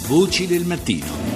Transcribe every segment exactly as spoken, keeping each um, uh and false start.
Voci del mattino.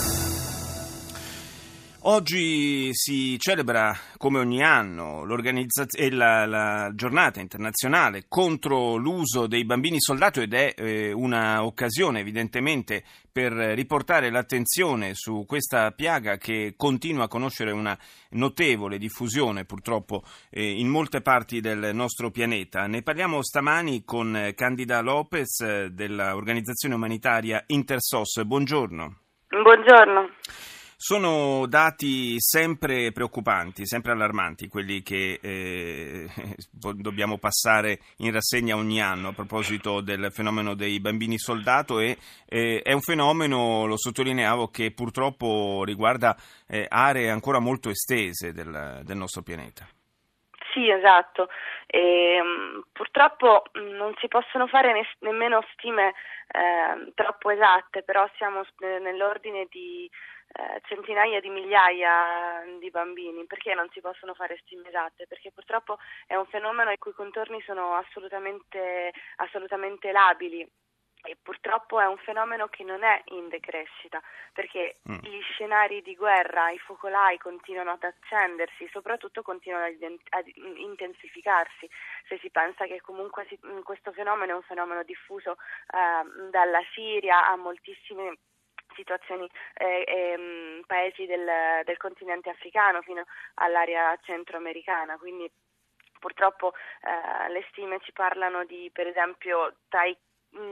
Oggi si celebra, come ogni anno, l'organizzazione, la, la giornata internazionale contro l'uso dei bambini soldato ed è eh, una occasione evidentemente per riportare l'attenzione su questa piaga che continua a conoscere una notevole diffusione purtroppo eh, in molte parti del nostro pianeta. Ne parliamo stamani con Candida Lopez eh, dell'organizzazione umanitaria Intersos. Buongiorno. Buongiorno. Sono dati sempre preoccupanti, sempre allarmanti, quelli che eh, dobbiamo passare in rassegna ogni anno a proposito del fenomeno dei bambini soldato e eh, è un fenomeno, lo sottolineavo, che purtroppo riguarda eh, aree ancora molto estese del, del nostro pianeta. Sì, esatto. E, um, purtroppo non si possono fare ne- nemmeno stime eh, troppo esatte, però siamo nell'ordine di eh, centinaia di migliaia di bambini. Perché non si possono fare stime esatte? Perché purtroppo è un fenomeno i cui contorni sono assolutamente, assolutamente labili. E purtroppo è un fenomeno che non è in decrescita, perché mm. gli scenari di guerra, i focolai continuano ad accendersi, soprattutto continuano ad, ad intensificarsi. Se si pensa che comunque si, questo fenomeno è un fenomeno diffuso eh, dalla Siria a moltissime situazioni eh, eh, paesi del, del continente africano fino all'area centroamericana, quindi purtroppo eh, le stime ci parlano di, per esempio, tra i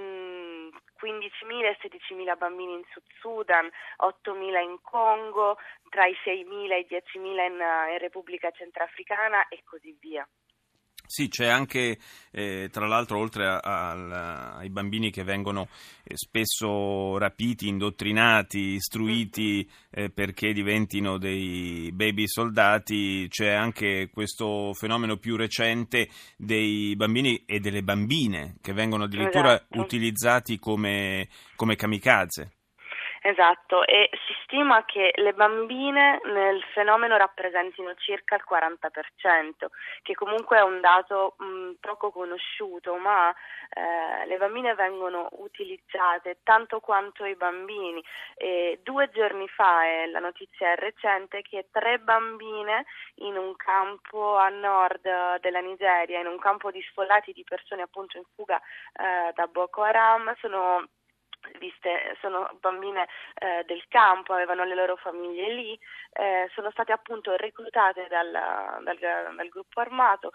quindicimila e sedicimila bambini in Sud Sudan, ottomila in Congo, tra i seimila e i diecimila in, in Repubblica Centrafricana e così via. Sì, c'è anche, eh, tra l'altro, oltre a, a, ai bambini che vengono eh, spesso rapiti, indottrinati, istruiti eh, perché diventino dei baby soldati, c'è anche questo fenomeno più recente dei bambini e delle bambine che vengono addirittura esatto. utilizzati come, come kamikaze. Esatto, e si stima che le bambine nel fenomeno rappresentino circa il quaranta per cento, che comunque è un dato mh, poco conosciuuto, ma eh, le bambine vengono utilizzate tanto quanto i bambini. E due giorni fa, e la notizia è recente, che tre bambine in un campo a nord della Nigeria, in un campo di sfollati di persone appunto in fuga eh, da Boko Haram, sono viste, sono bambine eh, del campo, avevano le loro famiglie lì, eh, sono state appunto reclutate dal, dal, dal gruppo armato,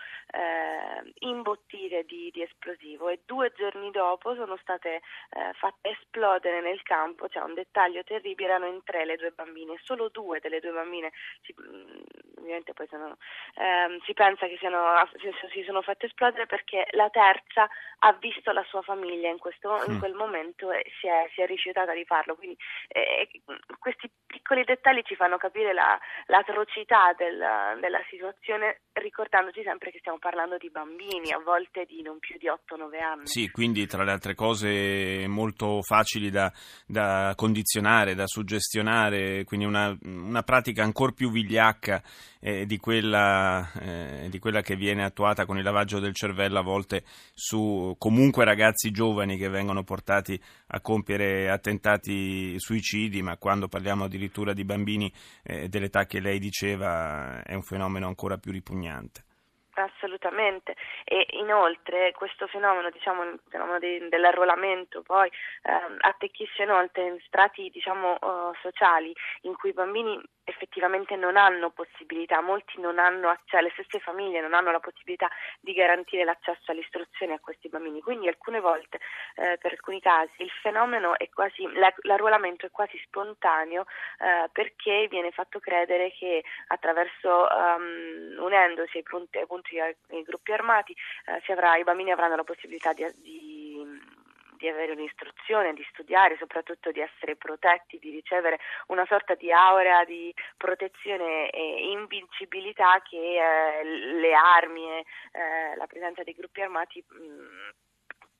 eh, imbottite di, di esplosivo e due giorni dopo sono state eh, fatte esplodere nel campo. Cioè, un dettaglio terribile, erano in tre le due bambine, solo due delle due bambine si, ovviamente poi sono, eh, si pensa che siano, si sono fatte esplodere perché la terza ha visto la sua famiglia in, questo, in quel momento e si è, si è rifiutata di farlo. Quindi eh, questi piccoli dettagli ci fanno capire la, l'atrocità del, della situazione, ricordandoci sempre che stiamo parlando di bambini, a volte di non più di otto nove anni. Sì, quindi tra le altre cose molto facili da, da condizionare, da suggestionare, quindi una, una pratica ancora più vigliacca eh, di quella, eh, di quella che viene attuata con il lavaggio del cervello a volte su comunque ragazzi giovani che vengono portati a compiere attentati suicidi, ma quando parliamo addirittura di bambini eh, dell'età che lei diceva è un fenomeno ancora più ripugnante. Assolutamente, e inoltre questo fenomeno, diciamo, il fenomeno de, dell'arruolamento poi ehm, attecchisce inoltre in strati, diciamo, uh, sociali in cui i bambini effettivamente non hanno possibilità, molti non hanno, cioè le stesse famiglie non hanno la possibilità di garantire l'accesso all'istruzione a questi bambini, quindi alcune volte, eh, per alcuni casi, il fenomeno è quasi, l'arruolamento è quasi spontaneo eh, perché viene fatto credere che attraverso, um, unendosi ai punti, ai punti ai gruppi armati, eh, si avrà, i bambini avranno la possibilità di, di, di avere un'istruzione, di studiare, soprattutto di essere protetti, di ricevere una sorta di aurea di protezione e invincibilità che eh, le armi e eh, la presenza dei gruppi armati mh,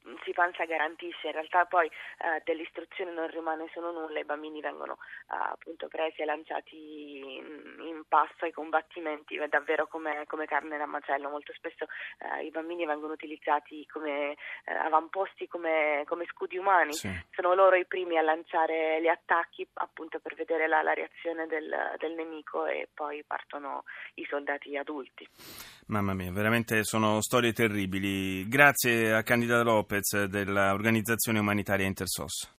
si pensa garantisce, in realtà poi eh, dell'istruzione non rimane solo nulla, i bambini vengono eh, appunto presi e lanciati in, in pasto ai combattimenti, è davvero come, come carne da macello. Molto spesso eh, i bambini vengono utilizzati come eh, avamposti, come, come scudi umani, sì. Sono loro i primi a lanciare gli attacchi appunto per vedere la, la reazione del, del nemico, e poi partono i soldati adulti. Mamma mia, veramente sono storie terribili. Grazie a Candida Lopez dell'organizzazione umanitaria Intersos.